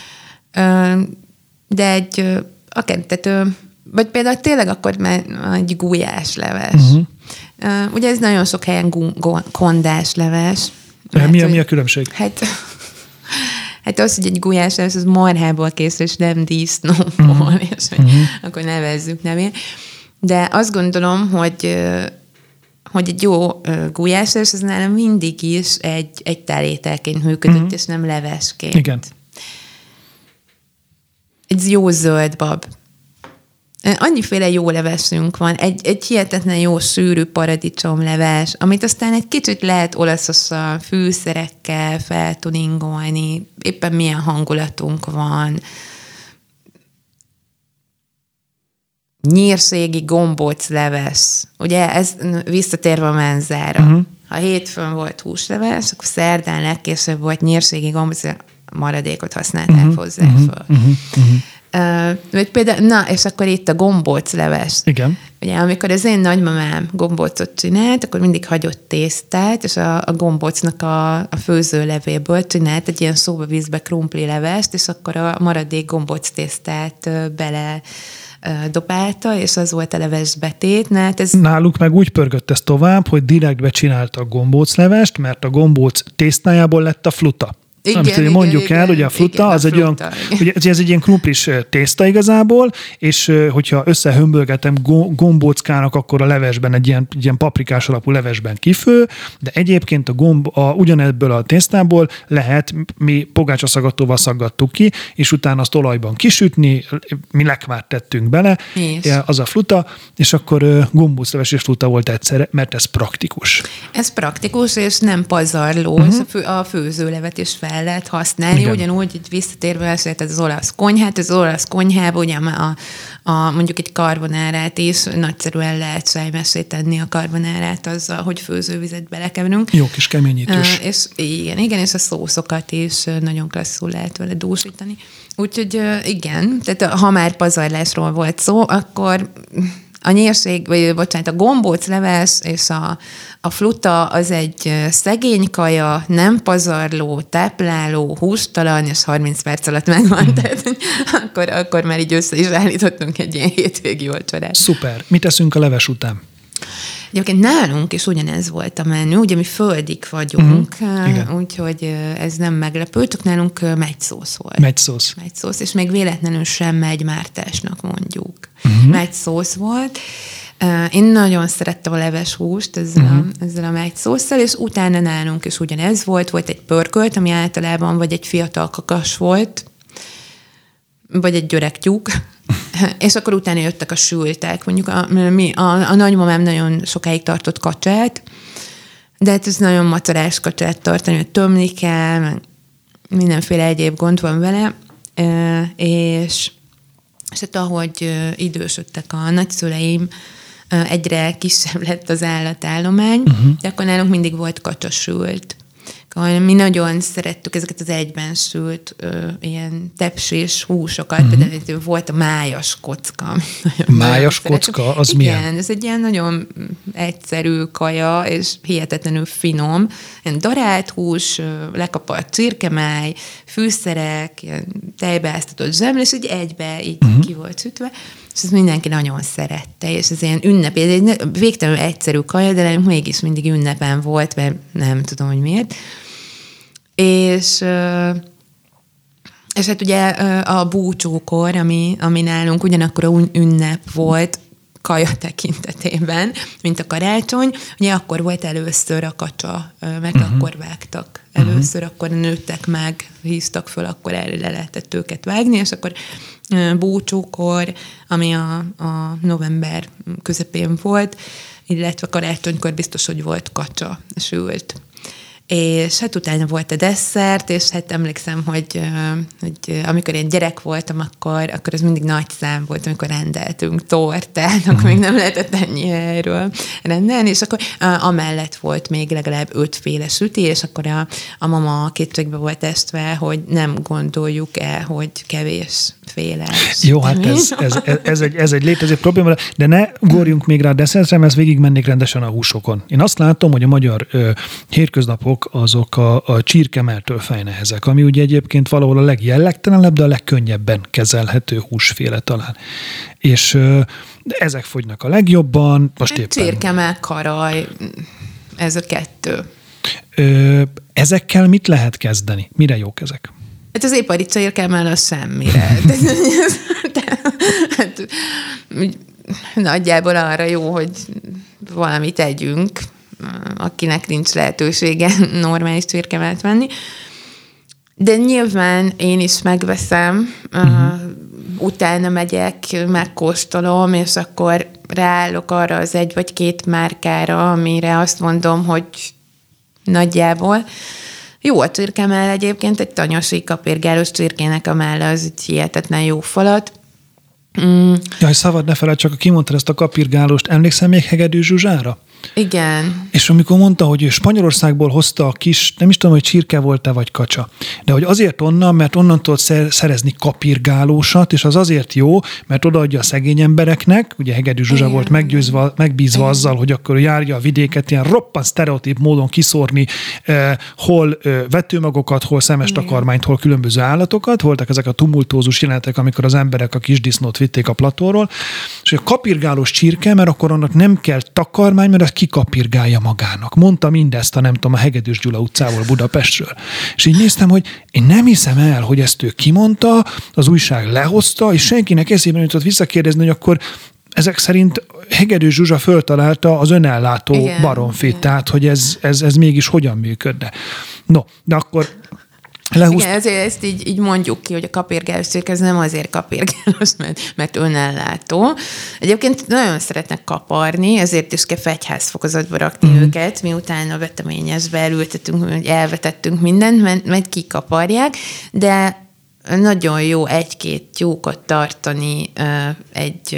De egy, akár, tehát, vagy például tényleg akkor már egy gulyásleves. Uh-huh. Ugye ez nagyon sok helyen gu- gu- kondásleves. Mert, mi, a, mi a különbség? Hát, hát az, hogy egy gulyásleves, az marhából készül, és nem disznóból, uh-huh. és hogy uh-huh. akkor nevezzük nevén. De azt gondolom, hogy, hogy egy jó gulyásleves, az nálam mindig is egy, egy telételként működött, uh-huh. és nem levesként. Igen. Egy jó zöld bab. Annyiféle jó levesünk van. Egy, egy hihetetlen jó sűrű paradicsomleves, amit aztán egy kicsit lehet olaszosan, fűszerekkel feltuningolni, éppen milyen hangulatunk van. Nyírségi gombóc leves. Ugye ez visszatérve a menzára. Uh-huh. Ha hétfőn volt húsleves, akkor szerdán legkésőbb volt nyírségi gombóc, maradékot használták uh-huh. hozzá uh-huh. föl. Uh-huh. Uh-huh. Uh, vagy például, na, és akkor itt a gombóc leves. Igen. Ugye, amikor az én nagymamám gombócot csinált, akkor mindig hagyott tésztát, és a, a gombócnak a, a főzőlevéből csinált egy ilyen szóba vízbe krumpli levest, és akkor a maradék gombóc tésztát bele dobálta, és az volt a levesbetét. Hát ez... Náluk meg úgy pörgött ez tovább, hogy direktbe csinálta a gombóclevest, mert a gombóc tésztájából lett a fluta. Igen, Amit igen, mondjuk igen, el, hogy a fluta, igen, az a egy fluta, olyan, ugye ez egy ilyen krumplis tészta igazából, és hogyha összehömbölgetem gombóckának, akkor a levesben egy ilyen, egy ilyen paprikás alapú levesben kifő, de egyébként a gomb, a, ugyanebből a tésztából lehet, mi pogácsaszaggatóval szaggattuk ki, és utána azt olajban kisütni, mi lekvárt tettünk bele, és? az a fluta, és akkor gombócleves és fluta volt egyszerre, mert ez praktikus. Ez praktikus, és nem pazarló, uh-huh. és a, fő, a főzőlevet is fel lehet használni, igen. ugyanúgy, hogy visszatérve esetleg az olasz konyhát, az olasz konyhában ugye a, a, mondjuk egy karbonárát is nagyszerűen lehet sajmessé tenni a karbonárát azzal, hogy főzővizet belekeverünk. Jó kis keményítős. Uh, és igen, igen, és a szószokat is nagyon klasszul lehet vele dúsítani. Úgyhogy uh, igen, tehát ha már pazarlásról volt szó, akkor a nyírség, vagy bocsánat, a gombócleves és a, a fluta az egy szegény kaja, nem pazarló, tápláló, hústalan, és harminc perc alatt megvan. Mm. Tehát akkor, akkor már így össze is állítottunk egy ilyen hétvégi vacsorát. Szuper. Mit eszünk a leves után? Egyébként nálunk is ugyanez volt a menü, ugye mi földik vagyunk, uh-huh. úgyhogy ez nem meglepő, csak nálunk megyszósz volt. Megyszósz. Megyszósz, és még véletlenül sem megymártásnak mondjuk. Uh-huh. Megyszósz volt. Én nagyon szerettem a leves húst ezzel, uh-huh. a, ezzel a megyszósszal, és utána nálunk is ugyanez volt, volt egy pörkölt, ami általában vagy egy fiatal kakas volt, vagy egy györeg tyúk, és akkor utána jöttek a sültek. Mondjuk a, mi, a, a nagymamám nagyon sokáig tartott kacsát, de hát ez nagyon macerás kacsát tartani, hogy tömni kell, meg mindenféle egyéb gond van vele, és, és hát ahogy idősödtek a nagyszüleim, egyre kisebb lett az állatállomány, uh-huh. de akkor nálunk mindig volt kacsasült. Mi nagyon szerettük ezeket az egyben sült ö, ilyen tepsés húsokat, uh-huh. például volt a májas kocka. Májas kocka, az igen, milyen? Igen, ez egy ilyen nagyon egyszerű kaja, és hihetetlenül finom. Ilyen darált hús, lekapart csirkemáj, fűszerek, ilyen tejbeáztatott zsemle, és így egybe így uh-huh. ki volt sütve. És ezt mindenki nagyon szerette, és ez ilyen ünnep, ez egy végtelenül egyszerű kaja, de mégis mindig ünnepen volt, mert nem tudom, hogy miért. És, és hát ugye a búcsúkor, ami, ami nálunk ugyanakkor ünnep volt, kaja tekintetében, mint a karácsony, ugye akkor volt először a kacsa, meg uh-huh. akkor vágtak. Először uh-huh. akkor nőttek meg, híztak föl, akkor erre le lehetett őket vágni, és akkor búcsúkor, ami a, a november közepén volt, illetve karácsonykor biztos, hogy volt kacsa sült. És hát utána volt a desszert, és hát emlékszem, hogy, hogy amikor én gyerek voltam, akkor, akkor az mindig nagy szám volt, amikor rendeltünk tortát, akkor még nem lehetett ennyi erről rendelni, és akkor amellett volt még legalább ötféle süti, és akkor a, a mama kétségbe volt esztve, hogy nem gondoljuk el, hogy kevésféle. Jó, hát ez, ez, ez, egy, ez egy létező probléma, de ne ugorjunk még rá a desszertre, mert végig mennék rendesen a húsokon. Én azt látom, hogy a magyar ö, hétköznapok azok a, a csirkemeltől fejnehezek, ami ugye egyébként valahol a legjellegtelenebb, de a legkönnyebben kezelhető húsféle talán. És ö, ezek fogynak a legjobban. Most éppen... Csirkemell, karaj, ez a kettő. Ö, ezekkel mit lehet kezdeni? Mire jók ezek? Hát az ipari csirkemell az semmire. Hát, nagyjából arra jó, hogy valamit együnk, akinek nincs lehetősége normális csirkemellt venni. De nyilván én is megveszem, uh-huh. uh, utána megyek, megkóstolom, és akkor ráállok arra az egy vagy két márkára, amire azt mondom, hogy nagyjából. Jó a csirkemell egyébként, egy tanyasi kapirgálós csirkének a melle az egy hihetetlen jó falat. Mm. Jaj, szabad, ne feled, csak ha kimondtad ezt a kapirgálóst, emlékszem még Hegedű Zsuzsára? Igen. És amikor mondta, hogy ő Spanyolországból hozta a kis, nem is tudom, hogy csirke volt-e vagy kacsa, de hogy azért onnan, mert onnan tudott szerezni kapirgálósat, és az azért jó, mert odaadja a szegény embereknek, ugye Hegedű Zsuzsa Igen. volt meggyőzve, megbízva Igen. azzal, hogy akkor járja a vidéket ilyen roppant sztereotíp módon kiszórni, eh, hol eh, vetőmagokat, hol szemes Igen. takarmányt, hol különböző állatokat. Voltak ezek a tumultózus jelenetek, amikor az emberek a kisdisznót vitték a platóról, és a kapirgálós csirke, mert akkor annak nem kell takarmány, mert az kikapirgálja magának. Mondta mindezt a nem tudom, a Hegedűs Gyula utcából Budapestről. És így néztem, hogy én nem hiszem el, hogy ezt ő kimondta, az újság lehozta, és senkinek eszében jutott visszakérdezni, hogy akkor ezek szerint Hegedűs Zsuzsa föltalálta az önellátó Igen, baromfit, igen. tehát hogy ez, ez, ez mégis hogyan működne. No, de akkor lehúzt... Igen, ezért ezt így, így mondjuk ki, hogy a kapirgálós csirke ez nem azért kapirgálós, mert, mert önellátó. Egyébként nagyon szeretnek kaparni, ezért is kell fegyházfokozatba rakni mm. őket, miután a veteményesbe elültetünk, elvetettünk mindent, mert, mert kikaparják, de nagyon jó egy-két tyúkot tartani egy,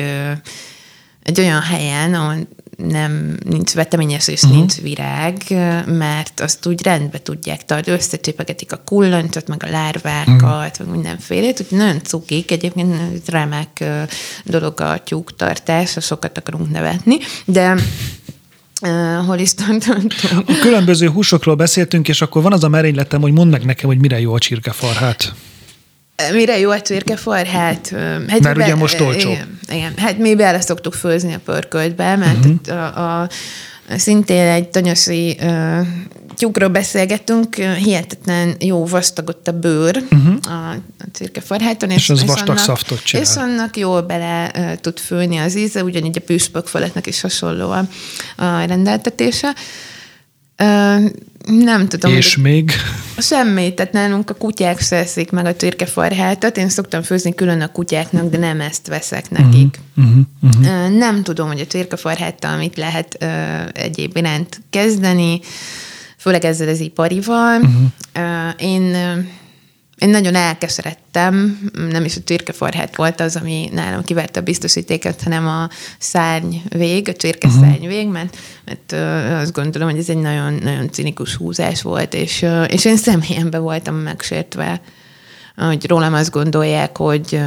egy olyan helyen, ahol nem, nincs veteményes és uh-huh. nincs virág, mert azt úgy rendbe tudják tartani, összecsépegetik a kullancsot, meg a lárvákat, uh-huh. meg mindenfélét, úgyhogy nagyon cukik, egyébként remek dolog a tyúktartás, sokat akarunk nevetni, de Uh, hol is tartottunk? A különböző húsokról beszéltünk, és akkor van az a merényletem, hogy mondd meg nekem, hogy mire jó a csirkefarhát. Mire jó a csirkefarhát? Hát mert be, ugye most olcsó. Igen, igen, hát mi bele szoktuk főzni a pörköltbe, mert uh-huh. a, a, szintén egy tanyasi uh, tyúkról beszélgetünk, hihetetlen jó vastag ott a bőr uh-huh. a, a csirkefarháton. És, és az vastag annak, szaftot csinál. És annak jól bele uh, tud főni az íze, ugyanígy a püspökföletnek is hasonló a, a rendeltetése. Uh, nem tudom. És hogy még? Semmi, tehát nálunk a kutyák se eszik meg a csirkefarhátat. Én szoktam főzni külön a kutyáknak, de nem ezt veszek nekik. Uh-huh, uh-huh. Uh, nem tudom, hogy a csirkefarháttal mit lehet uh, egyéb iránt kezdeni, főleg ezzel az iparival. Uh-huh. Uh, én... Uh, Én nagyon elkeseredtem, nem is a csirkefarhát volt az, ami nálam kiverte a biztosítéket, hanem a szárnyvég, a csirkeszárnyvég, mert, mert azt gondolom, hogy ez egy nagyon, nagyon cinikus húzás volt, és, és én személyemben voltam megsértve, hogy rólam azt gondolják, hogy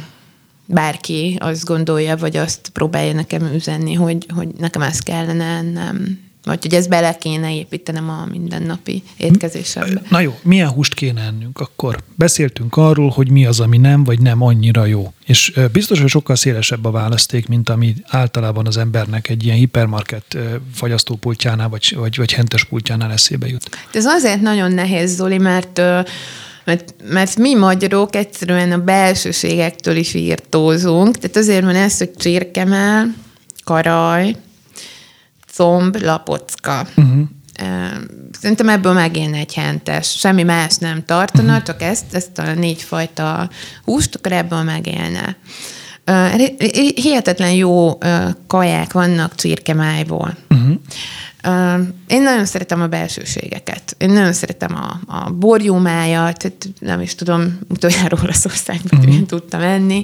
bárki azt gondolja, vagy azt próbálja nekem üzenni, hogy, hogy nekem ezt kellene ennem. Vagy hogy ezt bele kéne építenem a mindennapi étkezésembe. Na jó, milyen húst kéne ennünk akkor? Beszéltünk arról, hogy mi az, ami nem, vagy nem annyira jó. És biztos, hogy sokkal szélesebb a választék, mint ami általában az embernek egy ilyen hipermarket fagyasztópultjánál, vagy, vagy, vagy hentes pultjánál eszébe jut. Ez azért nagyon nehéz, Zoli, mert... Mert, mert mi magyarok egyszerűen a belsőségektől is írtózunk. Tehát azért van ez, hogy csirkemell, karaj, comb, lapocka. Uh-huh. Szerintem ebből megélne egy hentes. Semmi más nem tartana, uh-huh. csak ezt, ezt a négy fajta húst, akkor ebből megélne. Hihetetlen jó kaják vannak csirkemájból. Uh-huh. Én nagyon szeretem a belsőségeket. Én nagyon szeretem a, a borjómájat, nem is tudom, utoljára Olaszországban uh-huh. én tudtam enni.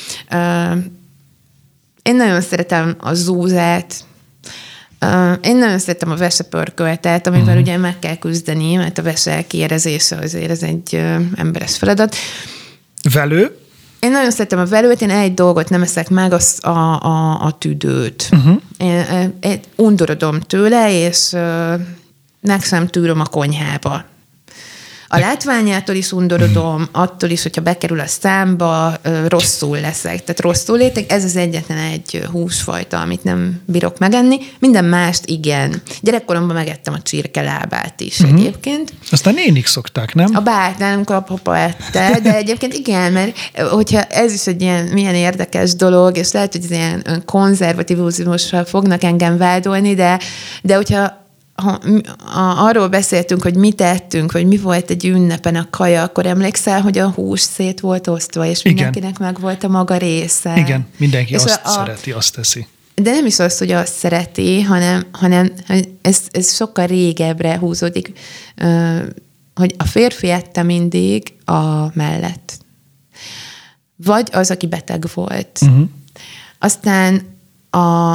Én nagyon szeretem a zúzát. Én nagyon szeretem a vesepörköltet, amivel uh-huh. ugye meg kell küzdeni, mert a vese kiérezése azért ez egy emberes feladat. Velő? Én nagyon szeretem a velőt, én egy dolgot nem eszek meg, az a, a, a tüdőt. Uh-huh. Én, én undorodom tőle, és nekem tűröm a konyhába. A látványától is undorodom, attól is, hogyha bekerül a számba, rosszul leszek. Tehát rosszul létek, ez az egyetlen egy húsfajta, amit nem bírok megenni. Minden mást igen. Gyerekkoromban megettem a csirkelábát is uh-huh. egyébként. Aztán nénik szokták, nem? A bát, nálunk a papa ette, de egyébként igen, mert hogyha ez is egy ilyen milyen érdekes dolog, és lehet, hogy ez ilyen konzervatívizmussal fognak engem vádolni, de, de hogyha Ha, a, arról beszéltünk, hogy mit ettünk, vagy mi volt egy ünnepen a kaja, akkor emlékszel, hogy a hús szét volt osztva, és igen. mindenkinek meg volt a maga része. Igen, mindenki és azt a, szereti, azt teszi. De nem is az, hogy azt szereti, hanem, hanem ez, ez sokkal régebbre húzódik, hogy a férfi ette mindig a mellett. Vagy az, aki beteg volt. Uh-huh. Aztán a,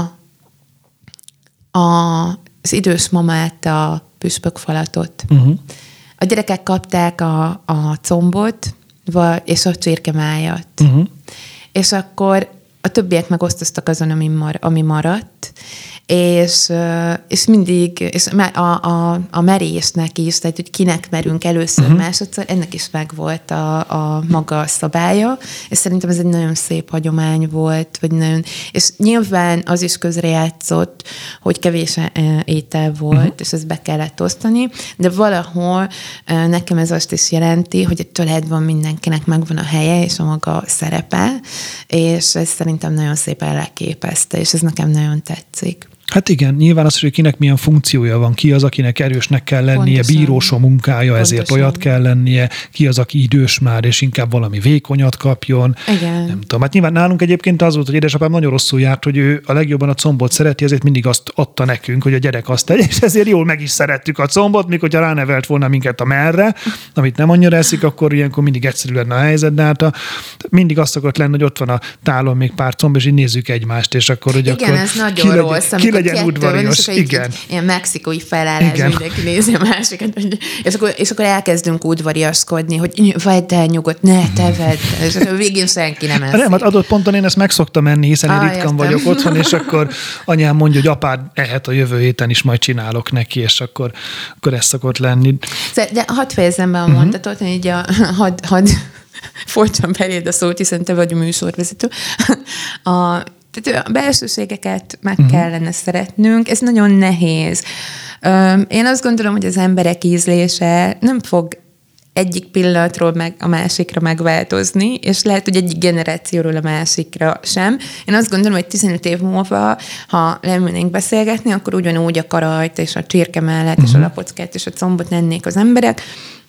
a az idős mamát a püspökfalatot. Uh-huh. A gyerekek kapták a, a combot és a csirkemájat. Uh-huh. És akkor a többiek megosztoztak azon, ami, mar, ami maradt, és, és mindig, és a, a, a merésnek is, tehát hogy kinek merünk először, uh-huh. másodszor, ennek is megvolt a, a maga szabálya, és szerintem ez egy nagyon szép hagyomány volt, vagy nagyon, és nyilván az is közrejátszott, hogy kevés étel volt, uh-huh. és ezt be kellett osztani, de valahol nekem ez azt is jelenti, hogy a családban mindenkinek megvan a helye, és a maga szerepe, és ez szerintem nagyon szépen leképezte, és ez nekem nagyon tetszik. Hát igen, nyilván az, hogy kinek milyen funkciója van, ki az, akinek erősnek kell lennie, pontosan. Bírósó munkája, pontosan. Ezért olyat kell lennie, ki az, aki idős már, és inkább valami vékonyat kapjon. Igen. Nem tudom. Hát nyilván nálunk egyébként az volt, hogy édesapám nagyon rosszul járt, hogy ő a legjobban a combot szereti, ezért mindig azt adta nekünk, hogy a gyerek azt tegye, és ezért jól meg is szerettük a combot, mikor hogyha ránevelt volna minket a merre, amit nem annyira eszik, akkor ilyenkor mindig egyszerű lenne a helyzet, de hát a, mindig azt szokott lenni, hogy ott van a tálon még pár comb, és így nézzük egymást, és akkor, hogy igen, akkor ez nagyon ki rossz, legyen, ki legyen udvarias. Igen. Ilyen mexikói felállás, mindenki nézi a másikat, és akkor, és akkor elkezdünk udvariaskodni, hogy vedd el nyugodt, ne, te vedd el, és akkor végén senki nem eszik. Nem, hát adott ponton én ezt meg szoktam menni, hiszen én ah, ritkán értem. vagyok otthon, és akkor anyám mondja, hogy apád ehet a jövő héten is, majd csinálok neki, és akkor, akkor ez szokott lenni. De hadd fejezzem be a uh-huh. mondatot, hogy így a, hadd had, folytsam beléd a szót, hiszen te vagy a műsorvezető. A Tehát a belsőségeket meg uh-huh. kellene szeretnünk, ez nagyon nehéz. Én azt gondolom, hogy az emberek ízlése nem fog egyik pillanatról meg a másikra megváltozni, és lehet, hogy egyik generációról a másikra sem. Én azt gondolom, hogy tizenöt év múlva, ha leülnénk beszélgetni, akkor ugyanúgy a karajt és a csirke mellett, uh-huh. és a lapockát és a combot ennék az emberek.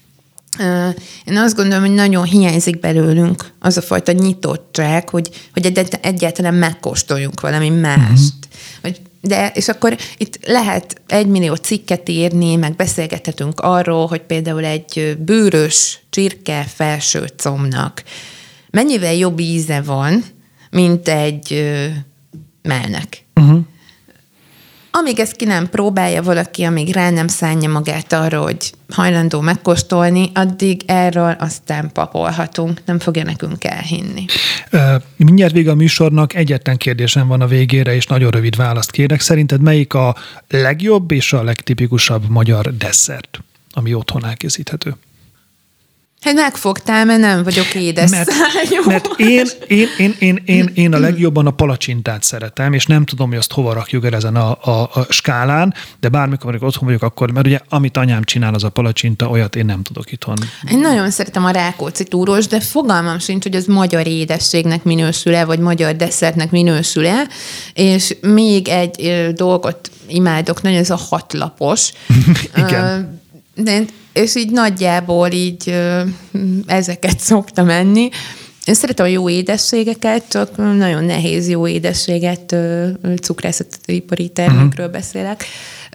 Én azt gondolom, hogy nagyon hiányzik belőlünk az a fajta nyitottság, hogy, hogy egyáltalán megkóstoljunk valami mást. Uh-huh. De, és akkor itt lehet egymillió cikket írni, meg beszélgethetünk arról, hogy például egy bőrös csirke felső combnak mennyivel jobb íze van, mint egy mellnek. Uh-huh. Amíg ezt ki nem próbálja valaki, amíg rá nem szánja magát arra, hogy hajlandó megkóstolni, addig erről aztán papolhatunk, nem fogja nekünk elhinni. Uh, mindjárt vége a műsornak, egyetlen kérdésem van a végére, és nagyon rövid választ kérek. Szerinted melyik a legjobb és a legtipikusabb magyar desszert, ami otthon elkészíthető? Hát megfogtál, mert nem vagyok édes mert, szájú. Mert én, én, én, én, én, én a legjobban a palacsintát szeretem, és nem tudom, hogy azt hova rakjuk el ezen a, a, a skálán, de bármikor, amikor otthon vagyok, akkor, mert ugye amit anyám csinál, az a palacsinta, olyat én nem tudok itthon. Én nagyon szeretem a Rákóczi túrós, de fogalmam sincs, hogy az magyar édességnek minősül-e, vagy magyar desszertnek minősül-e, és még egy dolgot imádok, nagyon ez a hatlapos. Igen. De és így nagyjából így ezeket szoktam enni. Én szeretem a jó édességeket, csak nagyon nehéz jó édességet, cukrászatipari termékről uh-huh. beszélek,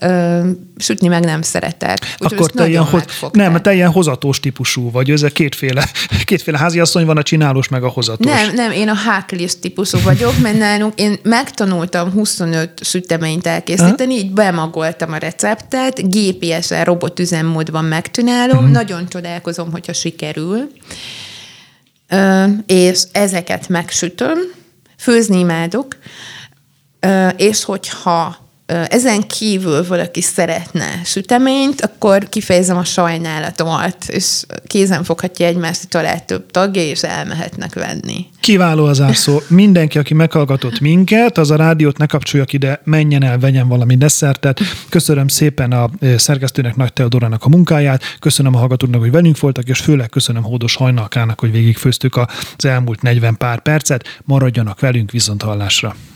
Ö, sütni meg nem szeretek. Úgy, Akkor te ilyen, hoz, nem, te ilyen hozatós típusú vagy. Ez kétféle, kétféle háziasszony van, a csinálós meg a hozatós. Nem, nem, én a háklis típusú vagyok, mert nálunk én megtanultam huszonöt süteményt elkészíteni, így bemagoltam a receptet, gé pé es-en robotüzemmódban megcsinálom, uh-huh. nagyon csodálkozom, hogyha sikerül, Ö, és ezeket megsütöm, főzni imádok, Ö, és hogyha ezen kívül valaki szeretne süteményt, akkor kifejezem a sajnálatomat, és kézen foghatja egymást a család több tagja, és elmehetnek venni. Kiváló az zárszó. Mindenki, aki meghallgatott minket, az a rádiót ne kapcsoljak ide, menjen el, vegyen valami desszertet. Köszönöm szépen a szerkesztőnek, Nagy Teodorának a munkáját, köszönöm a hallgatóknak, hogy velünk voltak, és főleg köszönöm Hódos Hajnalkának, hogy végigfőztük az elmúlt negyven pár percet. Maradjanak velünk, viszonthallásra.